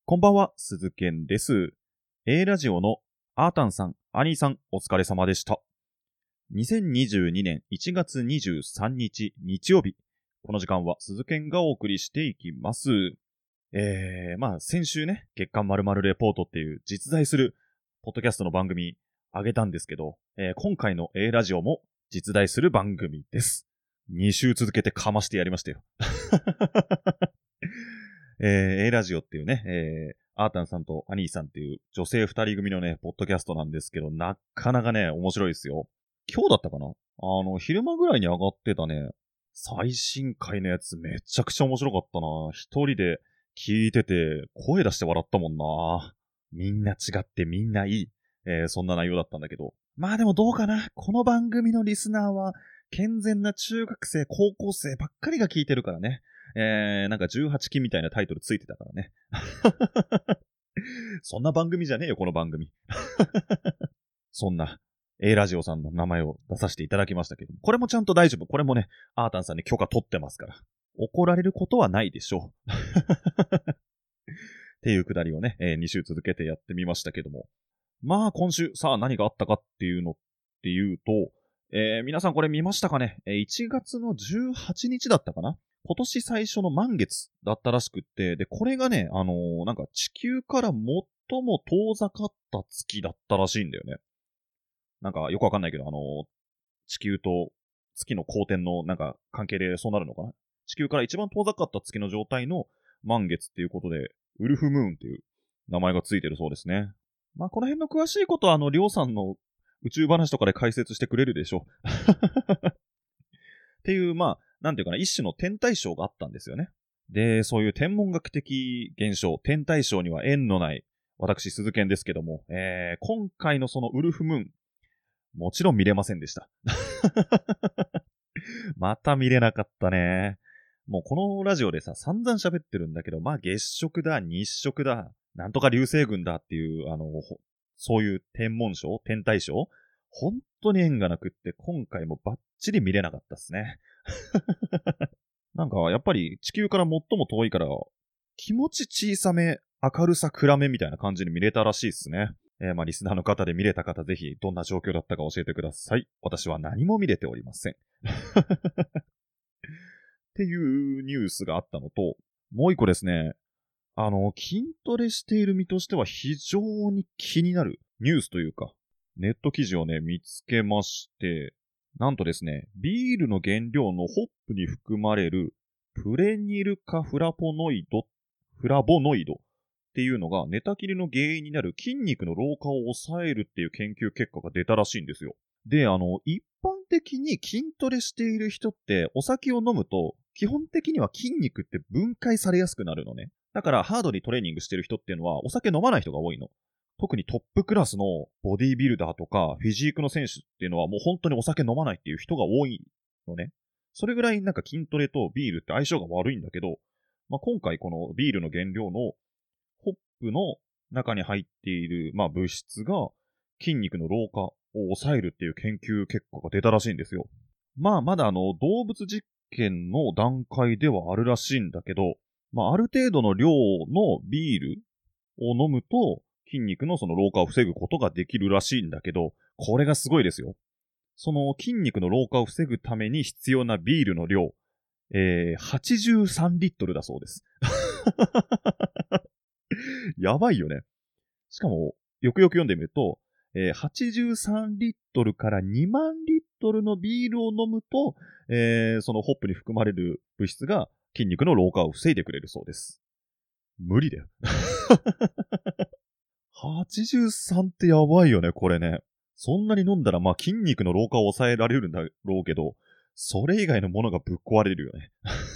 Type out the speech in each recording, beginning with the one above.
こんばんは、鈴健です。A ラジオのアータンさん、アニーさん、お疲れ様でした。2022年1月23日日曜日。この時間は鈴健がお送りしていきます。先週ね、月刊〇〇レポートっていう実在するポッドキャストの番組あげたんですけど、今回の A ラジオも実在する番組です。2週続けてかましてやりましたよ。A ラジオっていうね、アータンさんとアニーさんっていう女性2人組のね、ポッドキャストなんですけど、なかなかね、面白いですよ。今日だったかな昼間ぐらいに上がってたね、最新回のやつめちゃくちゃ面白かったな。一人で聞いてて、声出して笑ったもんな。みんな違ってみんないい。そんな内容だったんだけど。まあでもどうかな。この番組のリスナーは、健全な中学生、高校生ばっかりが聞いてるからね。なんか18期みたいなタイトルついてたからね。そんな番組じゃねえよ、この番組。そんな A ラジオさんの名前を出させていただきましたけども、これもちゃんと大丈夫。これもね、アータンさんに許可取ってますから。怒られることはないでしょう。っていうくだりをね、2週続けてやってみましたけども。まあ今週、さあ何があったかっていうのっていうと、皆さんこれ見ましたかね、1月の18日だったかな、今年最初の満月だったらしくって、で、これがね、なんか地球から最も遠ざかった月だったらしいんだよね。なんかよくわかんないけど、地球と月の公転のなんか関係でそうなるのかな。地球から一番遠ざかった月の状態の満月っていうことで、ウルフムーンっていう名前がついてるそうですね。まあ、この辺の詳しいことは、りょうさんの宇宙話とかで解説してくれるでしょう。っていう、まあ、なんていうかな、一種の天体ショーがあったんですよね。で、そういう天文学的現象、天体ショーには縁のない、私、鈴賢ですけども、今回のそのウルフムーン、もちろん見れませんでした。また見れなかったね。もうこのラジオでさ、散々喋ってるんだけど、まあ月食だ、日食だ、なんとか流星群だっていう、そういう天文ショー、天体ショー、本当に縁がなくって、今回もバッチリ見れなかったっすね。なんか、やっぱり地球から最も遠いから、気持ち小さめ、明るさ暗めみたいな感じに見れたらしいっすね。まあ、リスナーの方で見れた方、ぜひ、どんな状況だったか教えてください。私は何も見れておりません。っていうニュースがあったのと、もう一個ですね、筋トレしている身としては非常に気になるニュースというか、ネット記事をね、見つけまして、なんとですね、ビールの原料のホップに含まれるプレニル化フラボノイドっていうのが寝たきりの原因になる筋肉の老化を抑えるっていう研究結果が出たらしいんですよ。で、一般的に筋トレしている人ってお酒を飲むと基本的には筋肉って分解されやすくなるのね。だからハードにトレーニングしてる人っていうのはお酒飲まない人が多いの。特にトップクラスのボディービルダーとかフィジークの選手っていうのはもう本当にお酒飲まないっていう人が多いのね。それぐらいなんか筋トレとビールって相性が悪いんだけど、まあ、今回このビールの原料のホップの中に入っている、まあ、物質が筋肉の老化を抑えるっていう研究結果が出たらしいんですよ。まあ、まだ動物実験の段階ではあるらしいんだけど、まあ、ある程度の量のビールを飲むと、筋肉のその老化を防ぐことができるらしいんだけど、これがすごいですよ。その筋肉の老化を防ぐために必要なビールの量、83リットルだそうです。やばいよね。しかも、よくよく読んでみると、83リットルから2万リットルのビールを飲むと、そのホップに含まれる物質が筋肉の老化を防いでくれるそうです。無理だよ。83ってやばいよね、これね。そんなに飲んだら、まあ筋肉の老化を抑えられるんだろうけど、それ以外のものがぶっ壊れるよね。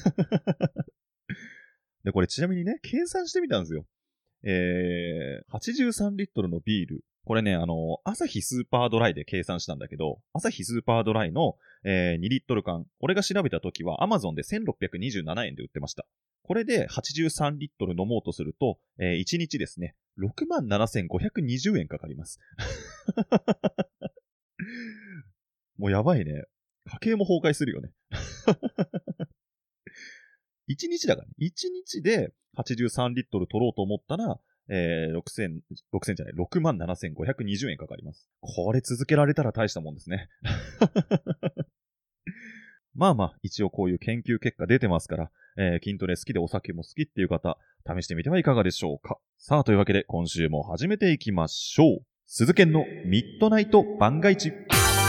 で、これちなみにね、計算してみたんですよ。83リットルのビール。これね、アサヒスーパードライで計算したんだけど、アサヒスーパードライの、2リットル缶。俺が調べた時は Amazon で1627円で売ってました。これで83リットル飲もうとすると、1日ですね、67,520円かかります。もうやばいね。家計も崩壊するよね。 1日だからね。1日で83リットル取ろうと思ったら、67,520円かかります。これ続けられたら大したもんですね。まあまあ、一応こういう研究結果出てますから、筋トレ好きでお酒も好きっていう方、試してみてはいかがでしょうか。さあ、というわけで今週も始めていきましょう。鈴研のミッドナイト番外地。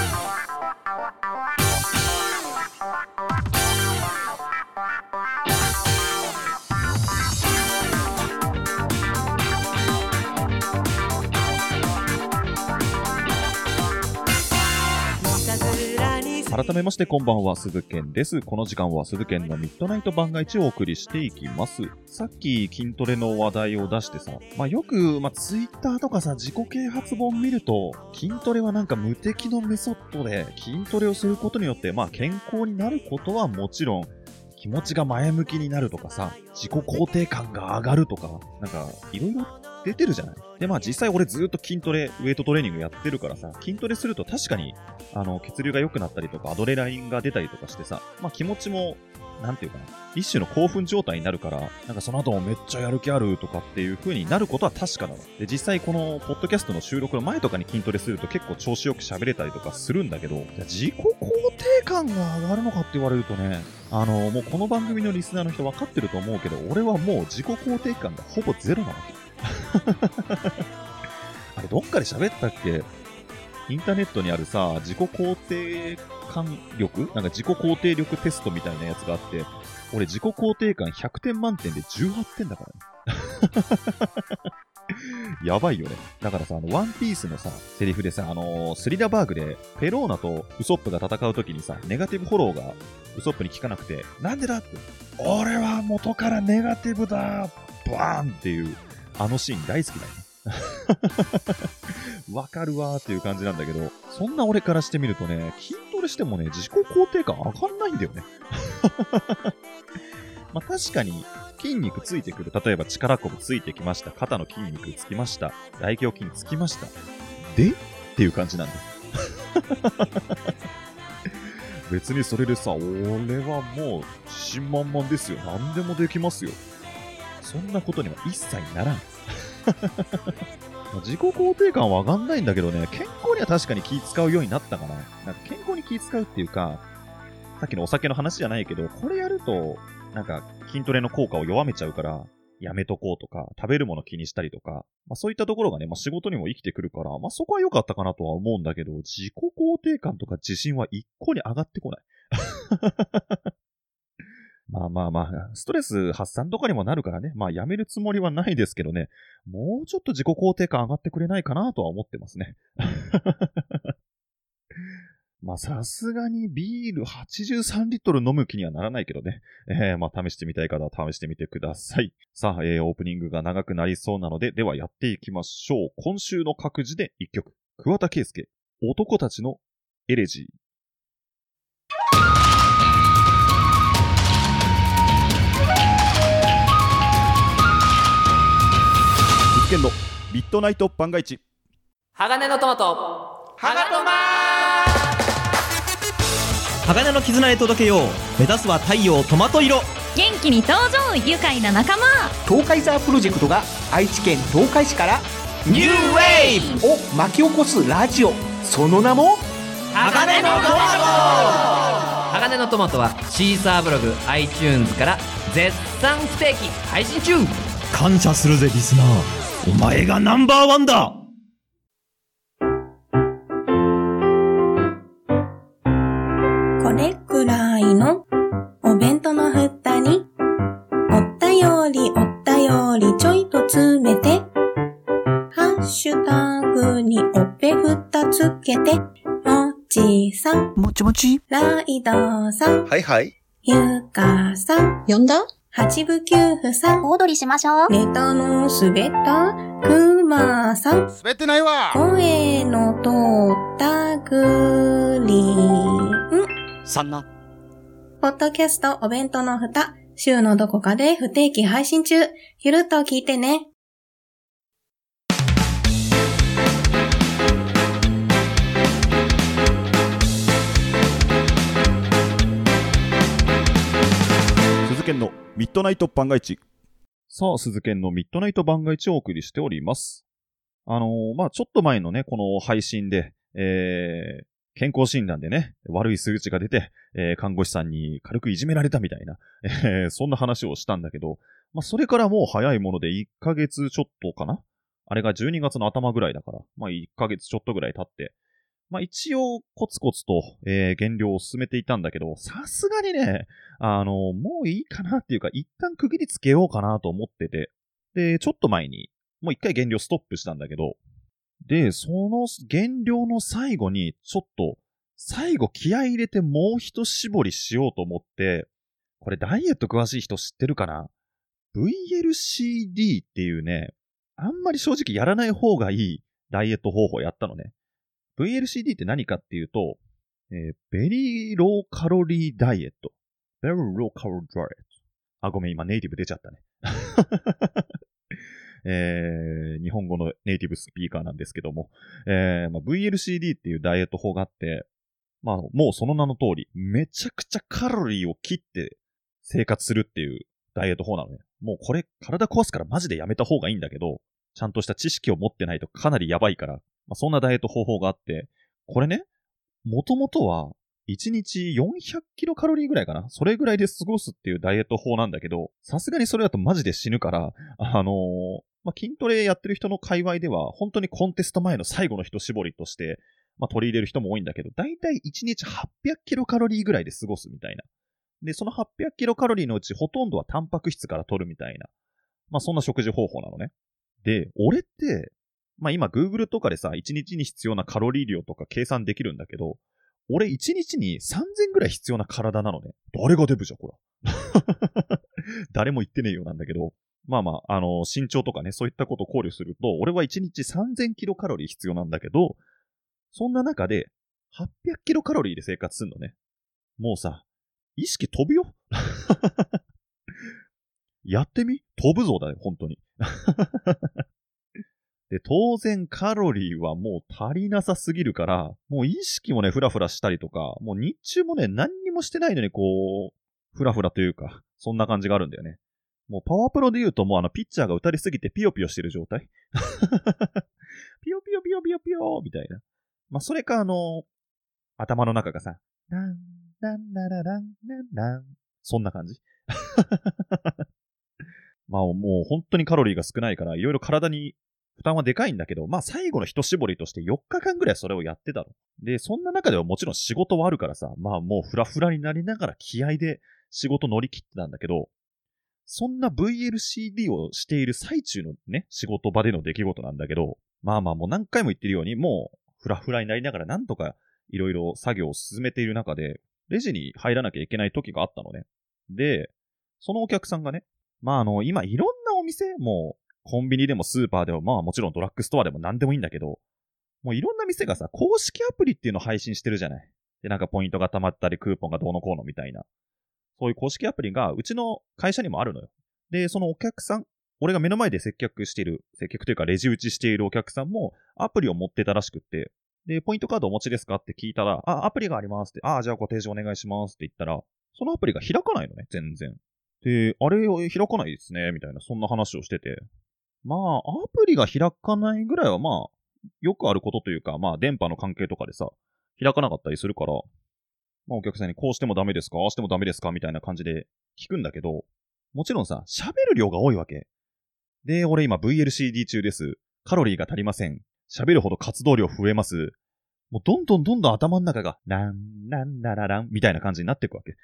改めましてこんばんは、鈴研です。この時間は鈴研のミッドナイト番外地をお送りしていきます。さっき筋トレの話題を出してさ、よくツイッターとかさ、自己啓発本見ると、筋トレはなんか無敵のメソッドで、筋トレをすることによって健康になることはもちろん、気持ちが前向きになるとかさ、自己肯定感が上がるとか、なんかいろいろ出てるじゃない。で実際俺ずっと筋トレ、ウェイトトレーニングやってるからさ、筋トレすると確かに血流が良くなったりとかアドレナリンが出たりとかしてさ、気持ちもなんていうかな、一種の興奮状態になるから、なんかその後もめっちゃやる気あるとかっていう風になることは確かなの。で、実際このポッドキャストの収録の前とかに筋トレすると結構調子よく喋れたりとかするんだけど、自己肯定感が上がるのかって言われるとね、もうこの番組のリスナーの人分かってると思うけど、俺はもう自己肯定感がほぼゼロなわけ。あれどっかで喋ったっけ？インターネットにあるさ、自己肯定感力？なんか自己肯定力テストみたいなやつがあって、俺自己肯定感100点満点で18点だからね。やばいよね。だからさ、ワンピースのさ、セリフでさ、スリラバーグで、ペローナとウソップが戦うときにさ、ネガティブフォローがウソップに効かなくて、なんでだって、俺は元からネガティブだバーンっていう、シーン大好きだよね。わかるわーっていう感じなんだけど、そんな俺からしてみるとね、筋トレしてもね、自己肯定感上がんないんだよね。確かに筋肉ついてくる。例えば力こぶついてきました。肩の筋肉つきました。大胸筋つきました。でっていう感じなんだよ。別にそれでさ、俺はもう自信満々ですよ。何でもできますよ。そんなことには一切ならん。自己肯定感は上がんないんだけどね、健康には確かに気使うようになったかな。なんか健康に気使うっていうか、さっきのお酒の話じゃないけど、これやると、なんか筋トレの効果を弱めちゃうから、やめとこうとか、食べるもの気にしたりとか、そういったところがね、仕事にも生きてくるから、そこは良かったかなとは思うんだけど、自己肯定感とか自信は一向に上がってこない。ストレス発散とかにもなるからね、やめるつもりはないですけどね、もうちょっと自己肯定感上がってくれないかなとは思ってますね。さすがにビール83リットル飲む気にはならないけどね。試してみたい方は試してみてください。さあ、オープニングが長くなりそうなので、ではやっていきましょう。今週の各自で1曲。桑田佳祐、男たちのエレジー。鈴研のミッドナイト番外地。 鋼のトマト、ハガトマ鋼の絆へ届けよう。目指すは太陽トマト色。 元気に登場、愉快な仲間。 東海ザープロジェクトが愛知県東海市からニューウェーブを巻き起こすラジオ、その名も鋼のトマト。鋼のトマトはシーサーブログ、iTunes から絶賛不定期配信中。 感謝するぜリスナー、お前がナンバーワンだ。 これくらいのお弁当の蓋におったよりちょいと詰めて、ハッシュタグにおべふたつけて、もちさん、 もちもち、 ライドさん、 はいはい、 ゆかさん、 呼んだ？ 八部九夫さん、 小躍りしましょう。 ネタの滑ったくまさん、 滑ってないわ。 声の通ったグリーンさんな。 ポッドキャストお弁当の蓋、週のどこかで不定期配信中。ゆるっと聞いてね。 鈴健のミッドナイト番外地。 さあ、鈴研のミッドナイト番外地をお送りしております。ちょっと前のね、この配信で、健康診断でね、悪い数値が出て、看護師さんに軽くいじめられたみたいな、そんな話をしたんだけど、それからもう早いもので1ヶ月ちょっとかな？あれが12月の頭ぐらいだから、1ヶ月ちょっとぐらい経って、一応コツコツと、減量を進めていたんだけど、さすがにね、もういいかなっていうか、一旦区切りつけようかなと思ってて、で、ちょっと前に、もう一回減量ストップしたんだけど、で、その減量の最後に、ちょっと、最後気合い入れてもう一絞りしようと思って、これダイエット詳しい人知ってるかな？ VLCD っていうね、あんまり正直やらない方がいいダイエット方法やったのね。VLCD って何かっていうと、ベリーローカロリーダイエット。ベリーローカロリーダイエット。あ、ごめん、今ネイティブ出ちゃったね。日本語のネイティブスピーカーなんですけども、VLCD っていうダイエット法があって、もうその名の通り、めちゃくちゃカロリーを切って生活するっていうダイエット法なのね。もうこれ体壊すからマジでやめた方がいいんだけど、ちゃんとした知識を持ってないとかなりやばいから、そんなダイエット方法があって、これね、もともとは1日400キロカロリーぐらいかな、それぐらいで過ごすっていうダイエット法なんだけど、さすがにそれだとマジで死ぬから、筋トレやってる人の界隈では、本当にコンテスト前の最後の一絞りとして、取り入れる人も多いんだけど、だいたい1日800キロカロリーぐらいで過ごすみたいな。で、その800キロカロリーのうちほとんどはタンパク質から取るみたいな。そんな食事方法なのね。で、俺って、今 Google とかでさ、1日に必要なカロリー量とか計算できるんだけど、俺1日に3000ぐらい必要な体なのね。誰がデブじゃ、こら。誰も言ってねえよなんだけど、身長とかね、そういったことを考慮すると、俺は1日3000キロカロリー必要なんだけど、そんな中で、800キロカロリーで生活するのね。もうさ、意識飛ぶよ。やってみ？飛ぶぞだよ、本当に。で、当然カロリーはもう足りなさすぎるから、もう意識もね、フラフラしたりとか、もう日中もね、何にもしてないのにフラフラというか、そんな感じがあるんだよね。もうパワープロで言うともうピッチャーが打たれすぎてピヨピヨしてる状態。ピヨピヨピヨピヨピヨみたいな。それか頭の中がさ、ラン、ランラララン、ランラン。そんな感じ。もう本当にカロリーが少ないから、いろいろ体に負担はでかいんだけど、最後の一絞りとして4日間ぐらいそれをやってたの。で、そんな中ではもちろん仕事はあるからさ、もうフラフラになりながら気合で仕事乗り切ってたんだけど、そんな VLCD をしている最中のね、仕事場での出来事なんだけど、もう何回も言ってるように、もうフラフラになりながらなんとかいろいろ作業を進めている中で、レジに入らなきゃいけない時があったのね。で、そのお客さんがね、今いろんなお店、もうコンビニでもスーパーでももちろんドラッグストアでも何でもいいんだけど、もういろんな店がさ、公式アプリっていうのを配信してるじゃない。で、なんかポイントが貯まったりクーポンがどうのこうのみたいな。そういう公式アプリがうちの会社にもあるのよ。で、そのお客さん、俺が目の前で接客というかレジ打ちしているお客さんもアプリを持ってたらしくって、で、ポイントカードお持ちですかって聞いたら、アプリがありますって、じゃあご提示お願いしますって言ったら、そのアプリが開かないのね、全然。で、あれを開かないですね、みたいな、そんな話をしてて。アプリが開かないぐらいはよくあることというか、電波の関係とかでさ、開かなかったりするから、お客さんにこうしてもダメですか、ああしてもダメですかみたいな感じで聞くんだけど、もちろんさ、喋る量が多いわけ。で、俺今 VLCD 中です。カロリーが足りません。喋るほど活動量増えます。もうどんどん頭の中が、ラン、ラン、ラララン、みたいな感じになっていくわけ。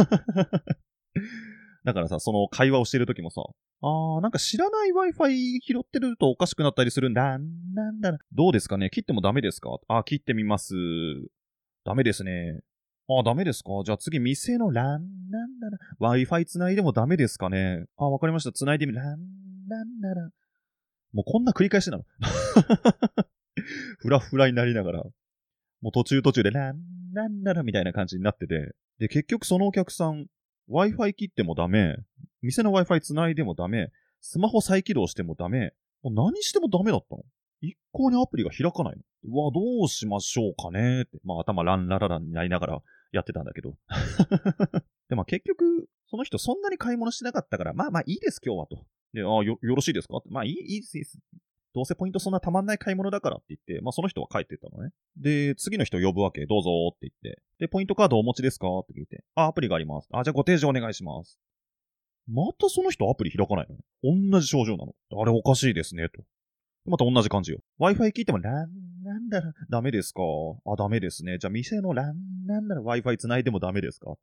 だからさ、その会話をしてるときもさ、なんか知らない Wi-Fi 拾ってるとおかしくなったりするんだ。なんだ。どうですかね？切ってもダメですか？切ってみます。ダメですね。ダメですか？じゃあ次、店のラン、なんだら。Wi-Fi 繋いでもダメですかね？わかりました。繋いでみる。ラン、なんだら。もうこんな繰り返しなの。フラフラになりながら。もう途中でラン、なんだらみたいな感じになってて。で、結局そのお客さん、Wi-Fi 切ってもダメ。店の Wi-Fi 繋いでもダメ。スマホ再起動してもダメ。もう何してもダメだったの。一向にアプリが開かないの。どうしましょうかねって。頭ランララランになりながらやってたんだけど。で、まあ結局、その人そんなに買い物してなかったから、まあいいです今日はと。で、よろしいですかって。まあいいです。どうせポイントそんなたまんない買い物だからって言って、まあその人は帰ってったのね。で、次の人呼ぶわけ、どうぞって言って。で、ポイントカードお持ちですかって聞いて。アプリがあります。じゃあご提示お願いします。またその人アプリ開かないのね。同じ症状なの。あれおかしいですね、と。また同じ感じよ。Wi-Fi 聞いても、なんだら、ダメですか？ダメですね。じゃあ店のなんだら Wi-Fi 繋いでもダメですか？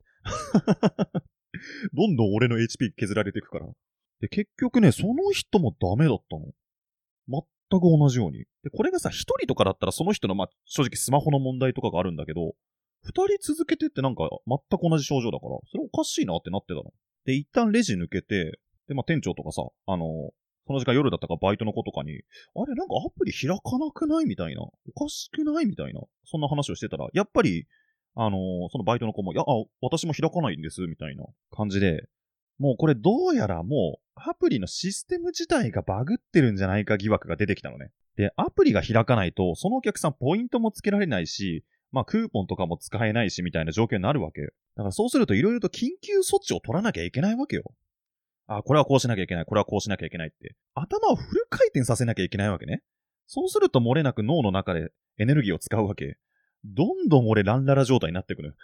どんどん俺の HP 削られていくから。で、結局ね、その人もダメだったの。全く同じように。で、これがさ、一人とかだったらその人の、正直スマホの問題とかがあるんだけど、二人続けてってなんか全く同じ症状だから、それおかしいなってなってたの。で、一旦レジ抜けて、で、店長とかさ、その時間夜だったかバイトの子とかに、あれなんかアプリ開かなくないみたいな。おかしくないみたいな。そんな話をしてたら、やっぱり、そのバイトの子も、私も開かないんです、みたいな感じで、もうこれどうやらもう、アプリのシステム自体がバグってるんじゃないか疑惑が出てきたのね。で、アプリが開かないと、そのお客さんポイントもつけられないし、クーポンとかも使えないし、みたいな状況になるわけ。だからそうするといろいろと緊急措置を取らなきゃいけないわけよ。これはこうしなきゃいけない、これはこうしなきゃいけないって。頭をフル回転させなきゃいけないわけね。そうすると漏れなく脳の中でエネルギーを使うわけ。どんどん俺ランララ状態になってくる。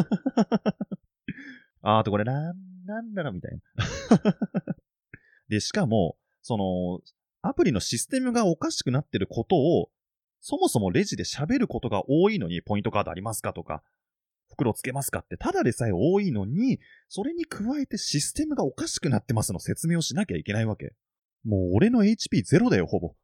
あとこれなんだろみたいな。で、しかも、アプリのシステムがおかしくなってることを、そもそもレジで喋ることが多いのに、ポイントカードありますかとか、袋つけますかって、ただでさえ多いのに、それに加えてシステムがおかしくなってますの説明をしなきゃいけないわけ。もう俺の HP ゼロだよ、ほぼ。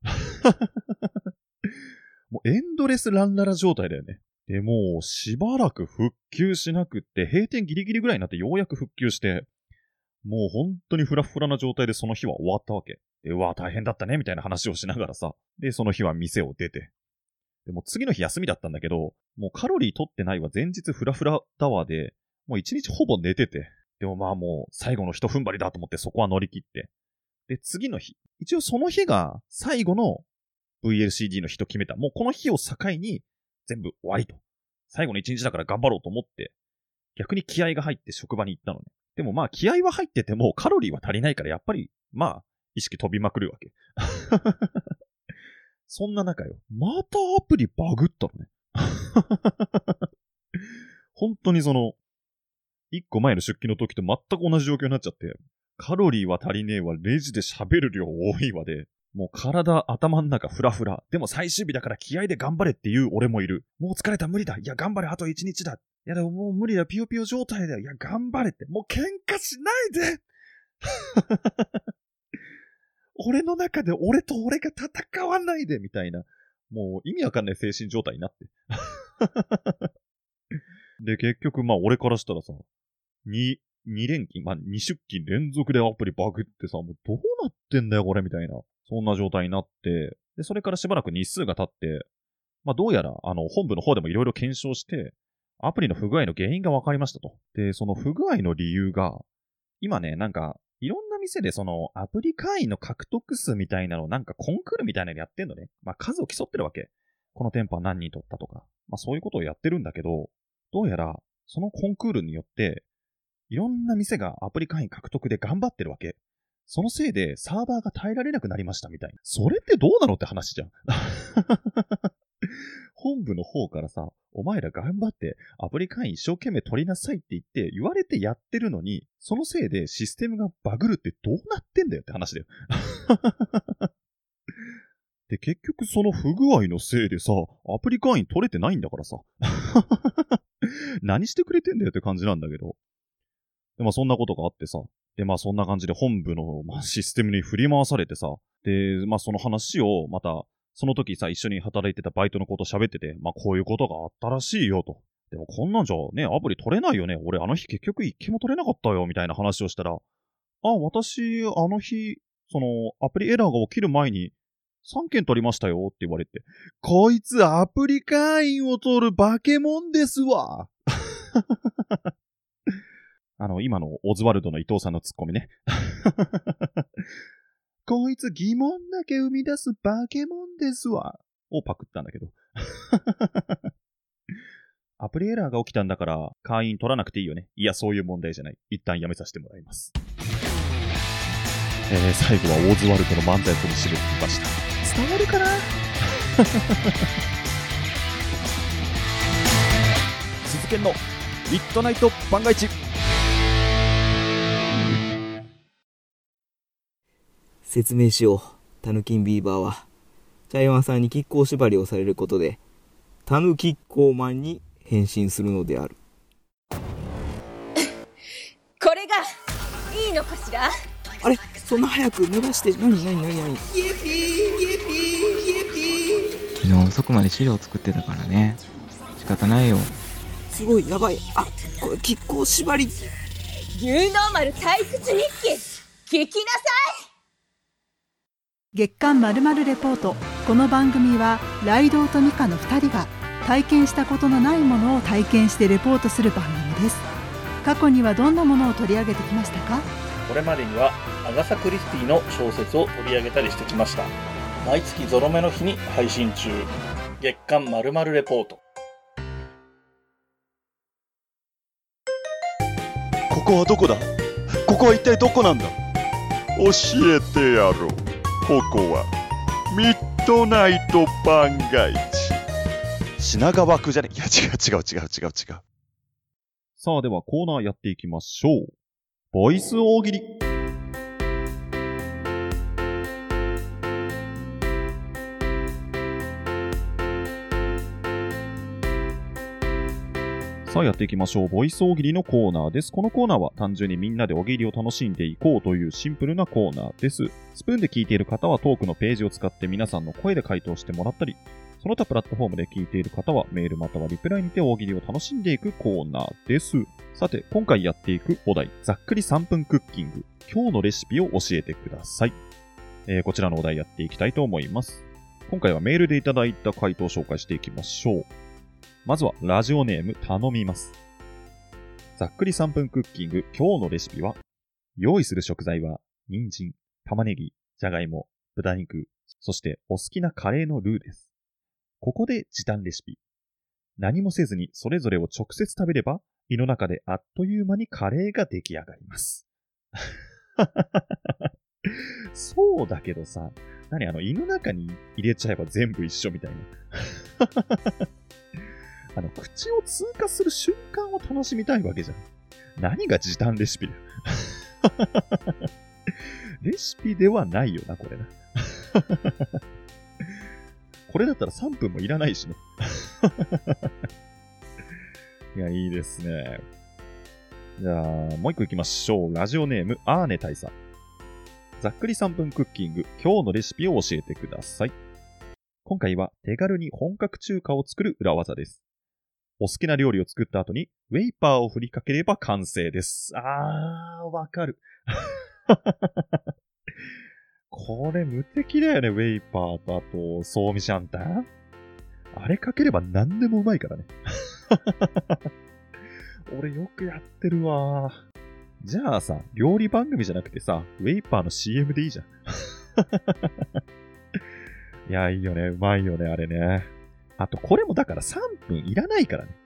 もうエンドレスランララ状態だよね。で、もうしばらく復旧しなくって、閉店ギリギリぐらいになってようやく復旧して、もう本当にフラフラな状態でその日は終わったわけ。で、大変だったね、みたいな話をしながらさ。で、その日は店を出て。でも次の日休みだったんだけど、もうカロリー取ってないわ、前日フラフラタワーで、もう一日ほぼ寝てて。でももう最後の一踏ん張りだと思ってそこは乗り切って。で、次の日。一応その日が最後の VLCD の日と決めた。もうこの日を境に全部終わりと。最後の一日だから頑張ろうと思って、逆に気合が入って職場に行ったのね。でも気合は入っててもカロリーは足りないからやっぱり、意識飛びまくるわけ。そんな中よ。またアプリバグったのね。本当に一個前の出勤の時と全く同じ状況になっちゃって、カロリーは足りねえわ、レジで喋る量多いわで、もう頭の中フラフラ。でも最終日だから気合で頑張れっていう俺もいる。もう疲れた、無理だ。いや、頑張れ、あと1日だ。いや、でももう無理だ、ピヨピヨ状態だよ。いや、頑張れって。もう喧嘩しないで俺の中で俺と俺が戦わないでみたいな。もう意味わかんない精神状態になって。で、結局俺からしたらさ、2連勤、2出勤連続でアプリバグってさ、もうどうなってんだよこれみたいな。そんな状態になって、で、それからしばらく日数が経って、どうやら、本部の方でもいろいろ検証して、アプリの不具合の原因が分かりましたと。で、その不具合の理由が、今ね、いろんな店でアプリ会員の獲得数みたいなのをコンクールみたいなのやってんのね。数を競ってるわけ。この店舗は何人取ったとか。そういうことをやってるんだけど、どうやら、そのコンクールによって、いろんな店がアプリ会員獲得で頑張ってるわけ。そのせいでサーバーが耐えられなくなりましたみたいな。それってどうなのって話じゃん。本部の方からさ、お前ら頑張ってアプリ会員一生懸命取りなさいって言われてやってるのに、そのせいでシステムがバグるってどうなってんだよって話だよ。で、結局その不具合のせいでさ、アプリ会員取れてないんだからさ。何してくれてんだよって感じなんだけど。で、そんなことがあってさ。で、そんな感じで本部の、システムに振り回されてさ。で、その話をまた、その時さ、一緒に働いてたバイトの子と喋ってて、こういうことがあったらしいよと。でもこんなんじゃね、アプリ取れないよね。俺あの日結局一件も取れなかったよ、みたいな話をしたら、私、あの日、アプリエラーが起きる前に、3件取りましたよって言われて、こいつアプリ会員を取る化け物ですわ。今のオズワルドの伊藤さんのツッコミね。こいつ疑問だけ生み出す化け物ですわ。をパクったんだけど。 アプリエラーが起きたんだから会員取らなくていいよね。いや、そういう問題じゃない。一旦やめさせてもらいます。最後はオーズワルドの漫才とに締めてきました。伝わるかな鈴研のミッドナイト番外地。 説明しよう。タヌキンビーバーは茶山さんに亀甲縛りをされることでタヌキッコーマンに変身するのである。 これがいいのかしら。 あれ、そんな早く脱がして。何昨日遅くまで資料作ってたからね。仕方ないよ。 すごいやばい。あ、これ亀甲縛り。 ニューノーマル退屈日記聞きなさい。 月刊まるまるレポート。この番組はライドウとミカの2人が体験したことのないものを体験してレポートする番組です。過去にはどんなものを取り上げてきましたか？ これまでにはアガサ・クリスティの小説を取り上げたりしてきました。毎月ゾロ目の日に配信中。月刊まるまるレポート。 ここはどこだ？ここは一体どこなんだ？教えてやろう。ここはミッドナイト番外地。品川区じゃね？いや、違う。 さあ、ではコーナーやっていきましょう。ボイス大喜利。さあやっていきましょう。ボイス大喜利のコーナーです。このコーナーは単純にみんなで大喜利を楽しんでいこうというシンプルなコーナーです。スプーンで聞いている方はトークのページを使って皆さんの声で回答してもらったり、その他プラットフォームで聞いている方はメールまたはリプライにて大喜利を楽しんでいくコーナーです。さて、今回やっていくお題、ざっくり3分クッキング。今日のレシピを教えてください。こちらのお題やっていきたいと思います。今回はメールでいただいた回答を紹介していきましょう。まずはラジオネーム頼みます。ざっくり3分クッキング。今日のレシピは、用意する食材は人参、玉ねぎ、じゃがいも、豚肉、そしてお好きなカレーのルーです。ここで時短レシピ。何もせずにそれぞれを直接食べれば、胃の中であっという間にカレーが出来上がります。そうだけどさ、胃の中に入れちゃえば全部一緒みたいな。口を通過する瞬間を楽しみたいわけじゃん。何が時短レシピだよ。レシピではないよな、これな。これだったら3分もいらないしね。いや、いいですね。じゃあ、もう一個行きましょう。ラジオネーム、アーネ大佐。ざっくり3分クッキング。今日のレシピを教えてください。今回は手軽に本格中華を作る裏技です。お好きな料理を作った後に、ウェイパーを振りかければ完成です。わかる。これ無敵だよね、ウェイパーとあと、ソーミシャンタン。あれかければ何でもうまいからね。俺よくやってるわ。じゃあさ、料理番組じゃなくてさ、ウェイパーの CM でいいじゃん。いや、いいよね、うまいよね、あれね。あと、これもだから3分いらないからね。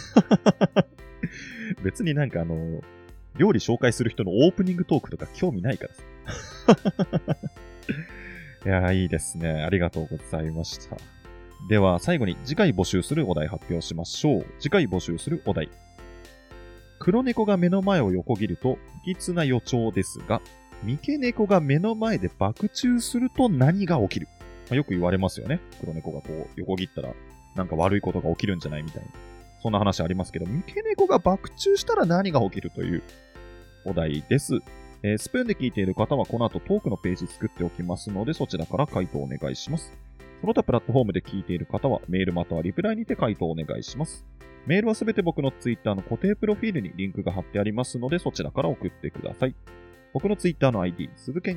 別に料理紹介する人のオープニングトークとか興味ないからさ。いや、いいですね。ありがとうございました。では、最後に次回募集するお題発表しましょう。次回募集するお題。黒猫が目の前を横切ると不吉な予兆ですが、三毛猫が目の前で爆中すると何が起きる？よく言われますよね。黒猫がこう横切ったらなんか悪いことが起きるんじゃないみたいな。そんな話ありますけど、三毛猫が爆中したら何が起きるというお題です。スプーンで聞いている方はこの後トークのページ作っておきますので、そちらから回答お願いします。その他プラットフォームで聞いている方はメールまたはリプライにて回答お願いします。メールはすべて僕のツイッターの固定プロフィールにリンクが貼ってありますので、そちらから送ってください。僕のツイッターの ID、鈴剣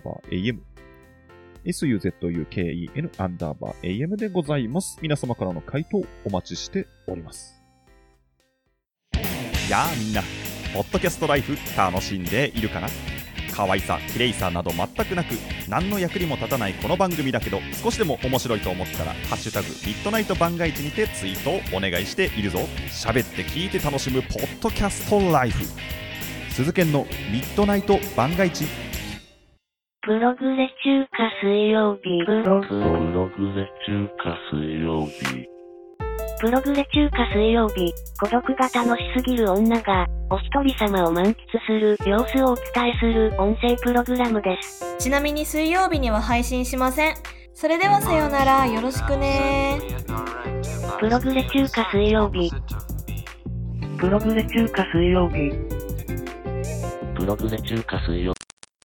_AM、SUZUKEN _AM でございます。皆様からの回答お待ちしております。 やあみんな、ポッドキャストライフ楽しんでいるかな？ 可愛さ綺麗さなど全くなく、何の役にも立たないこの番組だけど、少しでも面白いと思ったらハッシュタグミッドナイト番外地にてツイートをお願いしているぞ。喋って聞いて楽しむポッドキャストライフ、鈴研のミッドナイト番外地。 プログレ中華水曜日。プログレ中華水曜日。プログレ中華水曜日。孤独が楽しすぎる女がお一人様を満喫する様子をお伝えする音声プログラムです。 ちなみに水曜日には配信しません。それではさよなら、よろしくね。 プログレ中華水曜日。プログレ中華水曜日。プログレ中華水曜日。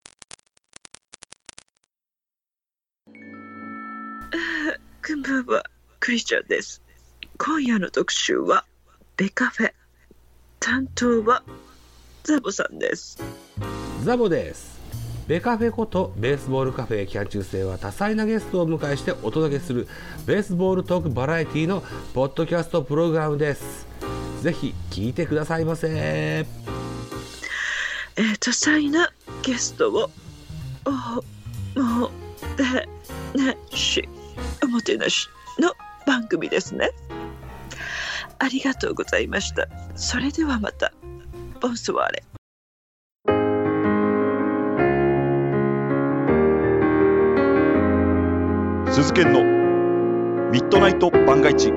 こんばんは、クリスチャンです。今夜の特集はベカフェ。担当はザボさんです。 ザボです。ベカフェことベースボールカフェ期間中制は多彩なゲストをお迎えしてお届けするベースボールトークバラエティのポッドキャストプログラムです。ぜひ聞いてくださいませ。 多彩なゲストをおもてなしの番組ですね。ありがとうございました。それではまた。ボンソワーレ。 鈴研のミッドナイト番外地。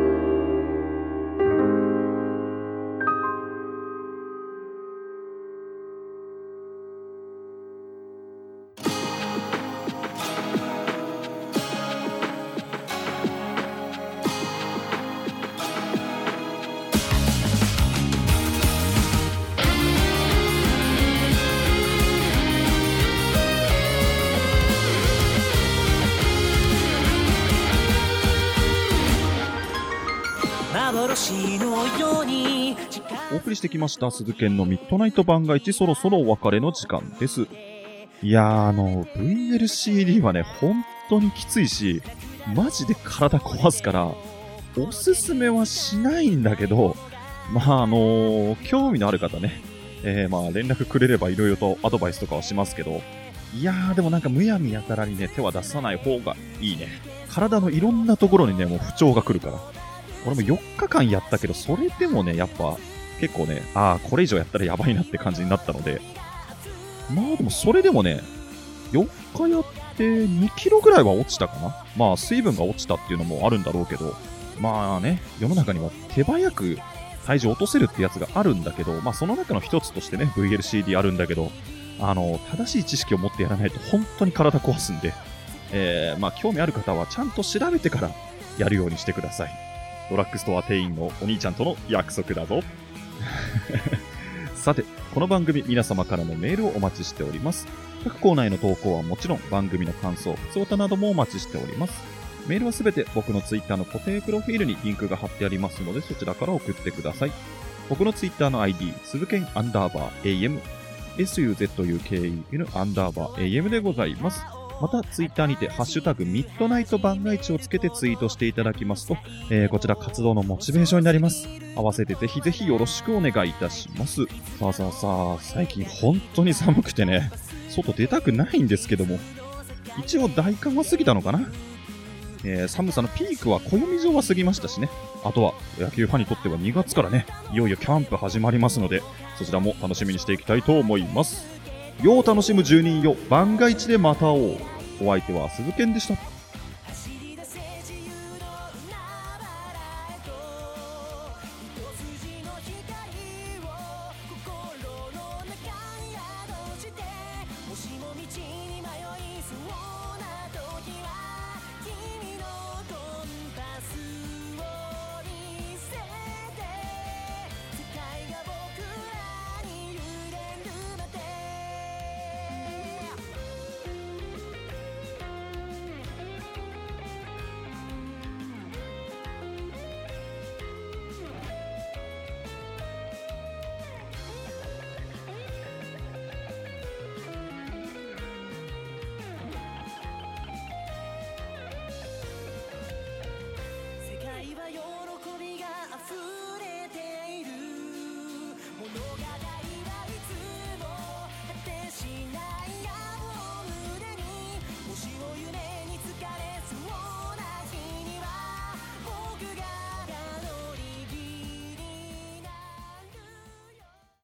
お送りしてきました鈴研のミッドナイト番外地、そろそろお別れの時間です。いやー、VLCD はね本当にきついし、マジで体壊すからおすすめはしないんだけど、興味のある方ね、連絡くれればいろいろとアドバイスとかはしますけど、いやーでもなんかむやみやたらにね手は出さない方がいいね。体のいろんなところにねもう不調が来るから。俺も4日間やったけど、それでもねやっぱ結構ね、これ以上やったらやばいなって感じになったので、でもそれでもね4日やって2キロぐらいは落ちたかな。水分が落ちたっていうのもあるんだろうけど、世の中には手早く体重落とせるってやつがあるんだけど、その中の一つとしてね VLCD あるんだけど、正しい知識を持ってやらないと本当に体壊すんで、興味ある方はちゃんと調べてからやるようにしてください。ドラッグストア店員のお兄ちゃんとの約束だぞ。さて、この番組皆様からのメールをお待ちしております。各コーナーへの投稿はもちろん、番組の感想、普通歌などもお待ちしております。メールはすべて僕のツイッターの固定プロフィールにリンクが貼ってありますので、そちらから送ってください。僕のツイッターの ID、鈴研_AM、SUZUKEN_AM でございます。またツイッターにてハッシュタグミッドナイト番外地をつけてツイートしていただきますと、こちら活動のモチベーションになります。合わせてぜひぜひよろしくお願いいたします。さあ、最近本当に寒くてね、外出たくないんですけども、一応大寒は過ぎたのかな。寒さのピークは暦上は過ぎましたしね。あとは野球ファンにとっては2月からね、いよいよキャンプ始まりますので、そちらも楽しみにしていきたいと思います。世を楽しむ住人よ、番外地でまた会おう。お相手は鈴研でした。